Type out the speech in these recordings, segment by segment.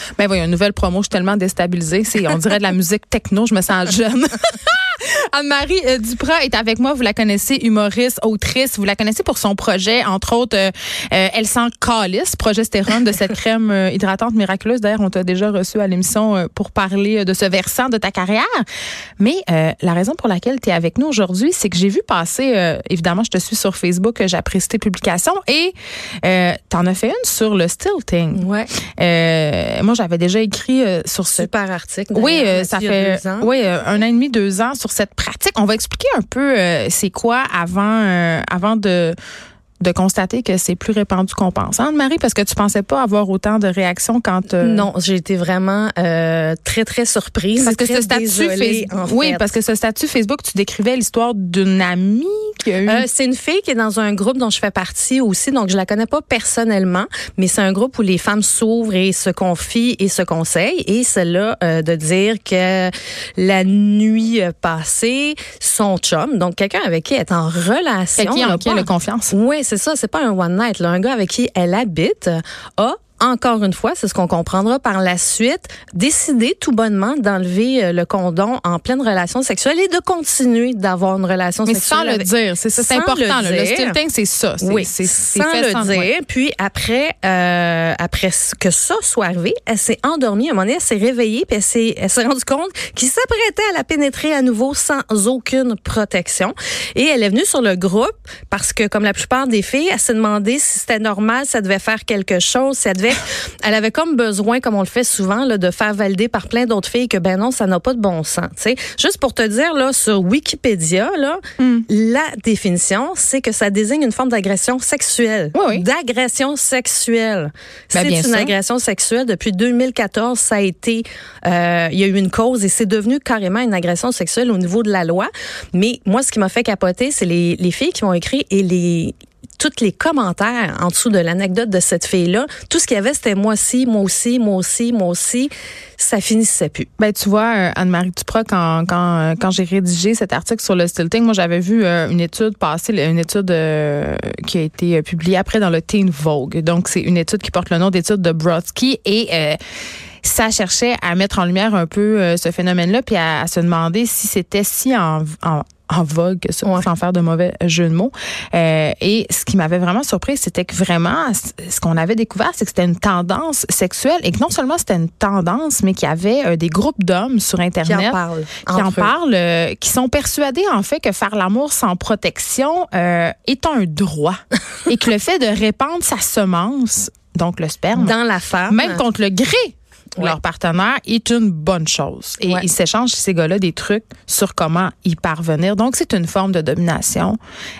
Ben voyons, une nouvelle promo, je suis tellement déstabilisée. On dirait de la musique techno, je me sens jeune. Anne-Marie Duprat est avec moi. Vous la connaissez, humoriste, autrice. Vous la connaissez pour son projet, entre autres, Elle sent calisse, progestérone de cette crème hydratante miraculeuse. D'ailleurs, on t'a déjà reçu à l'émission pour parler de ce versant de ta carrière. Mais la raison pour laquelle tu es avec nous aujourd'hui, c'est que j'ai vu passer, évidemment, je te suis sur Facebook, j'apprécie tes publications et t'en as fait une sur le stilting. Ouais. Moi, j'avais déjà écrit sur ce... Super article. Oui, ça fait 1 an et demi, 2 ans sur cette pratique. On va expliquer un peu c'est quoi avant de constater que c'est plus répandu qu'on pense. Anne-Marie, parce que tu pensais pas avoir autant de réactions quand... Non, j'ai été vraiment très, très surprise. Parce que très ce statut désolée, en fait. Oui, parce que ce statut Facebook, tu décrivais l'histoire d'une amie qui a eu... c'est une fille qui est dans un groupe dont je fais partie aussi, donc je la connais pas personnellement, mais c'est un groupe où les femmes s'ouvrent et se confient et se conseillent. Et celle-là, de dire que la nuit passée, son chum, donc quelqu'un avec qui elle est en relation... Quelqu'un en qui elle a confiance. Oui, c'est ça, c'est pas un one night, là. Un gars avec qui elle habite a, encore une fois, c'est ce qu'on comprendra par la suite, décidé tout bonnement d'enlever le condom en pleine relation sexuelle et de continuer d'avoir une relation sexuelle. Mais sans le dire, c'est important. Le stilting, c'est ça. Oui, sans le dire. Puis après que ça soit arrivé, elle s'est endormie. À un moment donné, elle s'est réveillée puis elle s'est rendue compte qu'il s'apprêtait à la pénétrer à nouveau sans aucune protection. Et elle est venue sur le groupe parce que, comme la plupart des filles, elle s'est demandé si c'était normal, si elle devait faire quelque chose, si elle avait comme besoin, comme on le fait souvent, là, de faire valider par plein d'autres filles que ben non, ça n'a pas de bon sens. T'sais. Juste pour te dire, là, sur Wikipédia, là, la définition, c'est que ça désigne une forme d'agression sexuelle. Oui. D'agression sexuelle. Ben, c'est une agression sexuelle. Depuis 2014, ça a été, il y a eu une cause et c'est devenu carrément une agression sexuelle au niveau de la loi. Mais moi, ce qui m'a fait capoter, c'est les filles qui m'ont écrit et tous les commentaires en dessous de l'anecdote de cette fille-là, tout ce qu'il y avait, c'était moi aussi, moi aussi, moi aussi, moi aussi. Ça finissait plus. Ben tu vois, Anne-Marie Duprat, quand j'ai rédigé cet article sur le stilting, moi j'avais vu une étude passer, une étude qui a été publiée après dans le Teen Vogue. Donc c'est une étude qui porte le nom d'étude de Brodsky et ça cherchait à mettre en lumière un peu ce phénomène-là, puis à se demander si c'était si en vogue, sans faire de mauvais jeu de mots. Et ce qui m'avait vraiment surpris, c'était que vraiment, ce qu'on avait découvert, c'est que c'était une tendance sexuelle et que non seulement c'était une tendance, mais qu'il y avait des groupes d'hommes sur Internet qui en parlent, qui sont persuadés en fait que faire l'amour sans protection est un droit et que le fait de répandre sa semence, donc le sperme, dans la femme, même contre le gré leur partenaire, est une bonne chose. Et ils s'échangent, ces gars-là, des trucs sur comment y parvenir. Donc, c'est une forme de domination.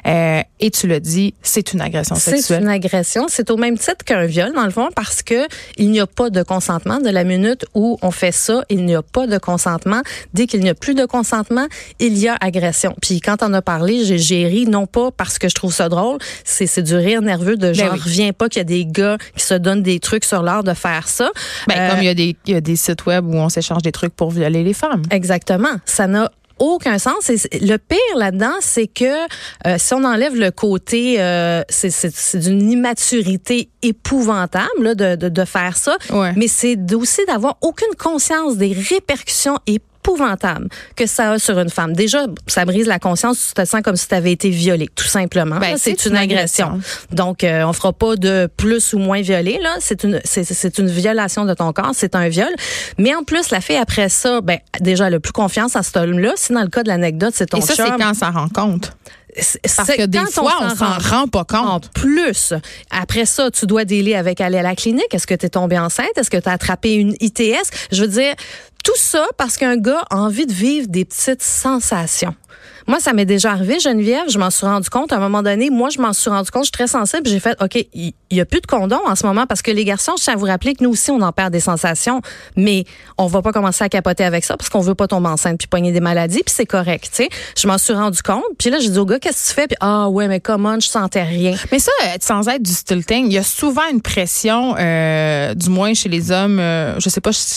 Et tu le dis, c'est une agression sexuelle. C'est une agression. C'est au même titre qu'un viol, dans le fond, parce que il n'y a pas de consentement. De la minute où on fait ça, il n'y a pas de consentement. Dès qu'il n'y a plus de consentement, il y a agression. Puis quand on a parlé, j'ai ri, non pas parce que je trouve ça drôle, c'est du rire nerveux de genre, reviens pas qu'il y a des gars qui se donnent des trucs sur l'art de faire ça. Comme il y a des sites web où on s'échange des trucs pour violer les femmes. Exactement. Ça n'a aucun sens. Et le pire là-dedans, c'est que si on enlève le côté, c'est d'une immaturité épouvantable là, de faire ça, mais c'est aussi d'avoir aucune conscience des répercussions épouvantable que ça a sur une femme. Déjà, ça brise la conscience, tu te sens comme si tu avais été violée, tout simplement. Là, c'est une agression. Donc, on fera pas de plus ou moins violé, là. C'est une violation de ton corps, c'est un viol. Mais en plus, la fille, après ça, déjà, elle a plus confiance à cet homme-là. Si dans le cas de l'anecdote, c'est ton chum. Et ça, c'est quand ça rend compte. Parce que des fois, on s'en rend pas compte. En plus, après ça, tu dois dealer avec aller à la clinique. Est-ce que tu es tombée enceinte? Est-ce que tu as attrapé une ITS? Je veux dire, tout ça parce qu'un gars a envie de vivre des petites sensations. Moi, ça m'est déjà arrivé, Geneviève, je m'en suis rendu compte. À un moment donné, moi, je m'en suis rendu compte, je suis très sensible. J'ai fait, OK, il y a plus de condom en ce moment parce que les garçons, je tiens à vous rappeler que nous aussi, on en perd des sensations, mais on va pas commencer à capoter avec ça parce qu'on veut pas tomber enceinte puis pogner des maladies, puis c'est correct, tu sais. Je m'en suis rendu compte, puis là, j'ai dit au gars, qu'est-ce que tu fais? Puis ouais, mais comment, je sentais rien. Mais ça, sans être du stilting, il y a souvent une pression, du moins chez les hommes, je sais pas,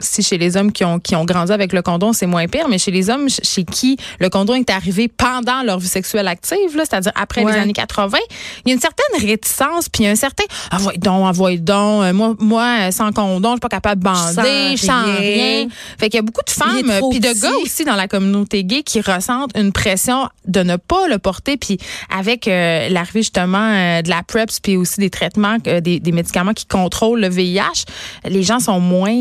si chez les hommes qui ont grandi avec le condom, c'est moins pire, mais chez les hommes chez qui le condom est arrivé pendant leur vie sexuelle active, là, c'est-à-dire après les années 80, il y a une certaine réticence, puis un certain envoie donc, moi sans condom, je suis pas capable de bander, je sens rien. Fait qu'il y a beaucoup de femmes, puis de gars aussi dans la communauté gay qui ressentent une pression de ne pas le porter, puis avec l'arrivée justement de la PrEP, puis aussi des traitements, des médicaments qui contrôlent le VIH, les gens sont moins,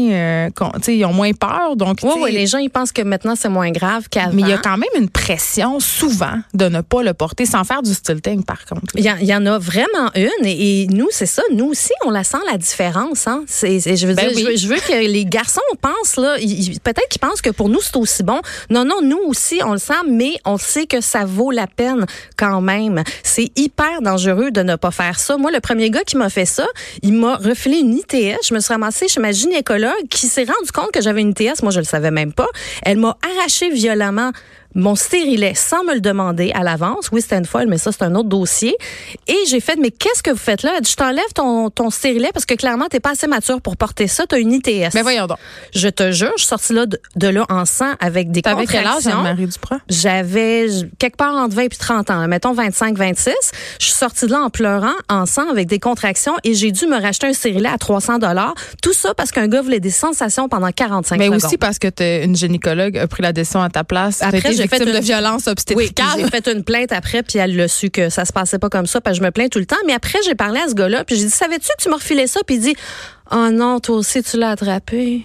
ils ont moins peur. Donc, oui, les gens, ils pensent que maintenant, c'est moins grave qu'avant. Mais il y a quand même une pression, souvent, de ne pas le porter sans faire du stilting, par contre. Il y en a vraiment une. Et nous, c'est ça. Nous aussi, on la sent, la différence. Hein? Je veux que les garçons pensent, là, peut-être qu'ils pensent que pour nous, c'est aussi bon. Non, nous aussi, on le sent, mais on sait que ça vaut la peine quand même. C'est hyper dangereux de ne pas faire ça. Moi, le premier gars qui m'a fait ça, il m'a refilé une ITS. Je me suis ramassée chez ma gynécologue qui s'est rendu compte que j'avais une ITS. Moi, je le savais même pas. Elle m'a arraché violemment mon stérilet sans me le demander à l'avance. Oui, c'était une folle, mais ça, c'est un autre dossier. Et j'ai fait, mais qu'est-ce que vous faites là? Elle dit, je t'enlève ton stérilet parce que clairement, t'es pas assez mature pour porter ça. T'as une ITS. Mais voyons donc. Je te jure, je suis sortie là de là en sang avec des contractions. T'avais quel âge, Anne-Marie Duprat? J'avais quelque part entre 20 et 30 ans. Mettons 25, 26. Je suis sortie de là en pleurant, en sang, avec des contractions et j'ai dû me racheter un stérilet à $300. Tout ça parce qu'un gars voulait des sensations pendant 45 secondes. Mais aussi parce que une gynécologue a pris la décision à ta place. Après, j'ai fait de violence obstétricale. Oui, j'ai fait une plainte après, puis elle l'a su que ça se passait pas comme ça, parce que je me plains tout le temps. Mais après, j'ai parlé à ce gars-là, puis j'ai dit, savais-tu que tu m'as refilé ça? Puis il dit, oh non, toi aussi, tu l'as attrapé.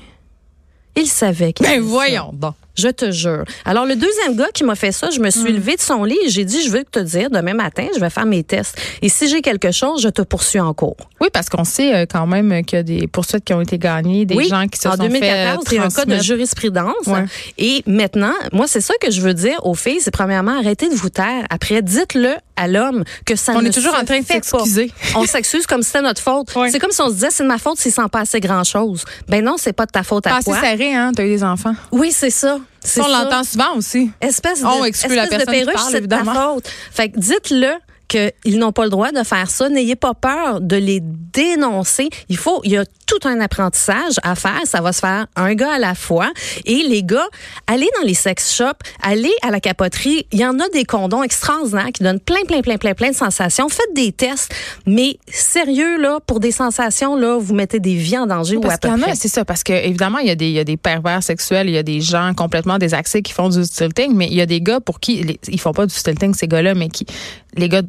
Il savait qu'il Ben voyons donc. Je te jure. Alors, le deuxième gars qui m'a fait ça, je me suis levée de son lit et j'ai dit, je veux te dire, demain matin, je vais faire mes tests. Et si j'ai quelque chose, je te poursuis en cours. Oui, parce qu'on sait quand même qu'il y a des poursuites qui ont été gagnées, des gens qui se sont 2014, fait il y a un cas de jurisprudence. Ouais. Et maintenant, moi, c'est ça que je veux dire aux filles, c'est premièrement, arrêtez de vous taire. Après, dites-le à l'homme que ça on ne est toujours se en train de fait s'excuser. Pas. On s'excuse comme si c'était notre faute. Ouais. C'est comme si on se disait, c'est de ma faute s'il s'en passait grand-chose. Ben non, c'est pas de ta faute à toi. Pas assez serré, hein? T'as eu des enfants. Oui, c'est ça. Ça, on l'entend souvent aussi. Espèce exclut la personne de perruche, qui parle, c'est de ta faute. Fait que dites-le qu'ils n'ont pas le droit de faire ça. N'ayez pas peur de les dénoncer. Il y a tout un apprentissage à faire. Ça va se faire un gars à la fois. Et les gars, allez dans les sex shops, allez à la capoterie. Il y en a des condoms extraordinaires qui donnent plein de sensations. Faites des tests. Mais sérieux, là, pour des sensations, là, vous mettez des vies en danger. Parce qu'il y en a, c'est ça. Parce que, évidemment, il y a des pervers sexuels, il y a des gens complètement désaxés qui font du stilting, mais il y a des gars pour qui, ils font pas du stilting, ces gars-là, mais les gars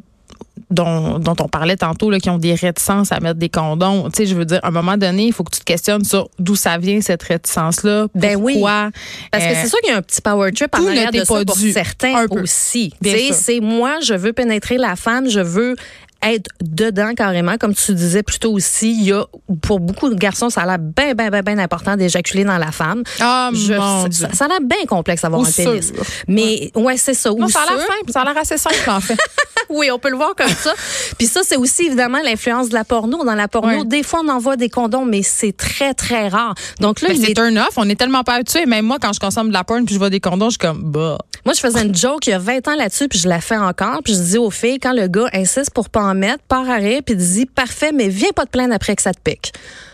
dont on parlait tantôt, là, qui ont des réticences à mettre des condoms. Tu sais, je veux dire, à un moment donné, il faut que tu te questionnes sur d'où ça vient, cette réticence-là. Ben pourquoi. Oui. Parce que c'est sûr qu'il y a un petit power trip en arrière de ça pour certains aussi. Tu sais, c'est moi, je veux pénétrer la femme, je veux être dedans carrément, comme tu disais plus tôt aussi, il y a, pour beaucoup de garçons, ça a l'air bien important d'éjaculer dans la femme. Ah, mon Dieu. Ça a l'air bien complexe d'avoir un pénis. Mais, ouais, c'est ça. Non, ça a l'air simple, ça a l'air assez simple, en fait. Oui, on peut le voir comme ça. Puis ça, c'est aussi évidemment l'influence de la porno. Dans la porno, des fois, on envoie des condoms, mais c'est très, très rare. Donc là, c'est turn off. On est tellement pas habitués. Même moi, quand je consomme de la porn puis je vois des condoms, je suis comme, bah. Moi, je faisais une joke il y a 20 ans là-dessus, puis je la fais encore. Puis je dis aux filles, quand le gars insiste pour pas en mettre, part à rire, puis dit, parfait, mais viens pas te plaindre après que ça te pique.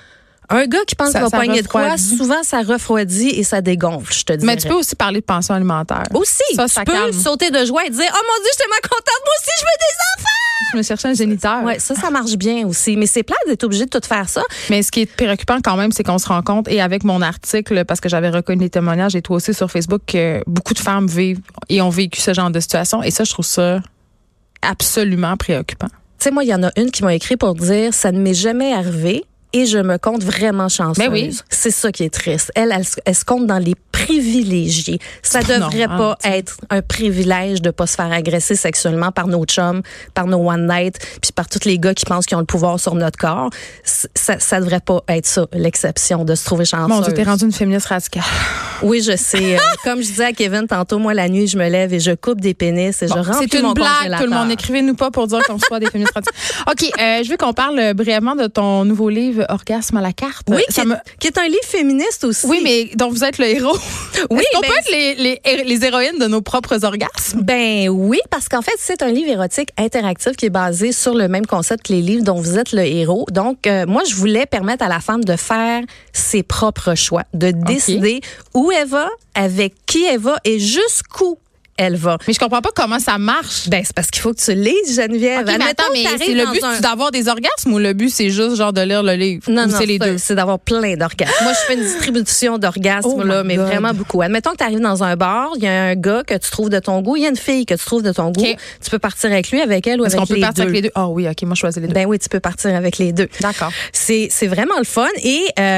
Un gars qui pense qu'il va pogner de quoi, souvent, ça refroidit et ça dégonfle, je te dis. Mais tu peux aussi parler de pension alimentaire. Aussi. Ça tu peux sauter de joie et dire, oh mon Dieu, je suis tellement contente, moi aussi, je veux des enfants! Je me cherchais un géniteur. Ouais, ça marche bien aussi. Mais c'est plate d'être obligé de tout faire ça. Mais ce qui est préoccupant quand même, c'est qu'on se rend compte, et avec mon article, parce que j'avais reconnu les témoignages, et toi aussi sur Facebook, que beaucoup de femmes vivent et ont vécu ce genre de situation. Et ça, je trouve ça absolument préoccupant. Tu sais, moi, il y en a une qui m'a écrit pour dire, ça ne m'est jamais arrivé. Et je me compte vraiment chanceuse. Mais oui. C'est ça qui est triste. Elle se compte dans les privilégiés. Ça devrait pas être un privilège de pas se faire agresser sexuellement par nos chums, par nos one night, puis par tous les gars qui pensent qu'ils ont le pouvoir sur notre corps. Ça devrait pas être ça, l'exception de se trouver chanceuse. Mon Dieu, t'es rendue une féministe radicale. Oui, je sais. Comme je disais à Kevin tantôt, moi, la nuit, je me lève et je coupe des pénis et je remplis c'est mon une blague, congélateur. tout le monde. Écrivez-nous pas pour dire qu'on reçoit des féministes radicales. OK, je veux qu'on parle brièvement de ton nouveau livre, Orgasme à la carte. Oui, qui est un livre féministe aussi. Oui, mais dont vous êtes le héros. Oui, est-ce qu'on peut être les héroïnes de nos propres orgasmes? Ben oui, parce qu'en fait, c'est un livre érotique interactif qui est basé sur le même concept que les livres dont vous êtes le héros. Donc, moi, je voulais permettre à la femme de faire ses propres choix, de décider où elle va, avec qui elle va et jusqu'où elle va. Mais je comprends pas comment ça marche. Ben, c'est parce qu'il faut que tu lises, Geneviève. Okay, mais attends, mais c'est le but d'avoir des orgasmes ou le but c'est juste genre de lire le livre? Non, c'est les deux. C'est d'avoir plein d'orgasmes. Moi, je fais une distribution d'orgasmes, mais vraiment beaucoup. Admettons que tu arrives dans un bar, il y a un gars que tu trouves de ton goût, il y a une fille que tu trouves de ton goût. Tu peux partir avec lui, avec elle ou avec les deux. Est-ce qu'on peut partir avec les deux? Ah oui, OK, moi je choisis les deux. Ben oui, tu peux partir avec les deux. D'accord. C'est vraiment le fun et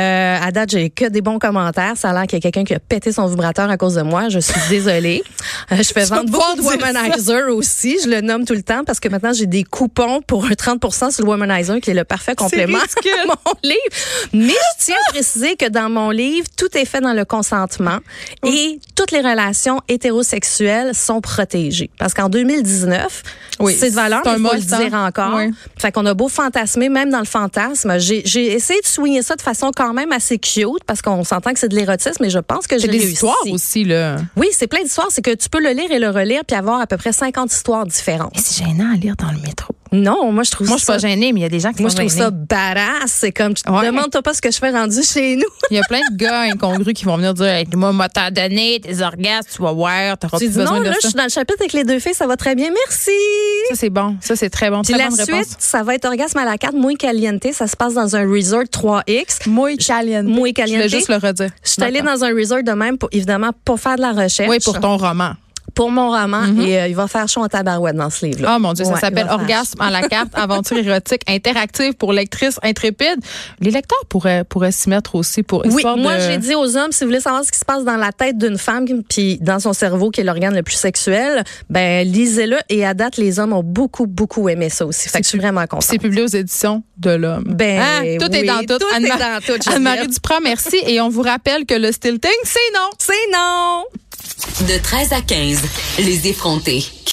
à date, j'ai que des bons commentaires. Ça a l'air qu'il y a quelqu'un qui a pété son vibrateur à cause de moi. Je suis désolée. Je fais vendre beaucoup de Womanizer aussi, je le nomme tout le temps parce que maintenant j'ai des coupons pour un 30% sur le Womanizer qui est le parfait complément à mon livre. Mais je tiens à préciser que dans mon livre, tout est fait dans le consentement et toutes les relations hétérosexuelles sont protégées. Parce qu'en 2019, c'est de valeur, mais il faut le dire encore. Oui. Fait qu'on a beau fantasmer, même dans le fantasme, j'ai essayé de souligner ça de façon quand même assez cute parce qu'on s'entend que c'est de l'érotisme, mais je pense que j'ai réussi. C'est des histoires aussi, là. Oui, c'est plein d'histoires. C'est que tu peux le lire et le relire puis avoir à peu près 50 histoires différentes. Mais c'est gênant à lire dans le métro. Non, moi je trouve ça. Moi je suis pas gênée, mais il y a des gens qui sont gênés. Moi je trouve ça badass. C'est comme demande-toi pas ce que je fais rendu chez nous. Il y a plein de gars incongrus qui vont venir dire hey, moi t'as donné tes orgasmes, tu vas voir, t'auras plus besoin de ça. Non, là je suis dans le chapitre avec les deux filles, ça va très bien. Merci. Ça c'est bon, ça c'est très bon. Puis la suite, ça va être Orgasme à la carte, Muy Caliente, ça se passe dans un resort 3X. Muy Caliente. Muy Caliente. Je voulais juste le redire. Je suis allée dans un resort de même pour évidemment pour faire de la recherche. Oui, pour ton roman. Pour mon roman, et il va faire chaud en tabarouette dans ce livre-là. Oh mon Dieu, ça s'appelle Orgasme à la carte, aventure érotique interactive pour lectrices intrépides. Les lecteurs pourraient s'y mettre aussi pour histoire moi j'ai dit aux hommes, si vous voulez savoir ce qui se passe dans la tête d'une femme puis dans son cerveau qui est l'organe le plus sexuel, ben lisez-le et à date les hommes ont beaucoup aimé ça aussi. Fait que je suis vraiment contente. C'est publié aux éditions de l'Homme. Ben tout est dans tout. Tout est dans tout. Anne-Marie Duprat, merci et on vous rappelle que le stilting, c'est non. C'est non. De 13 à 15, les effrontés.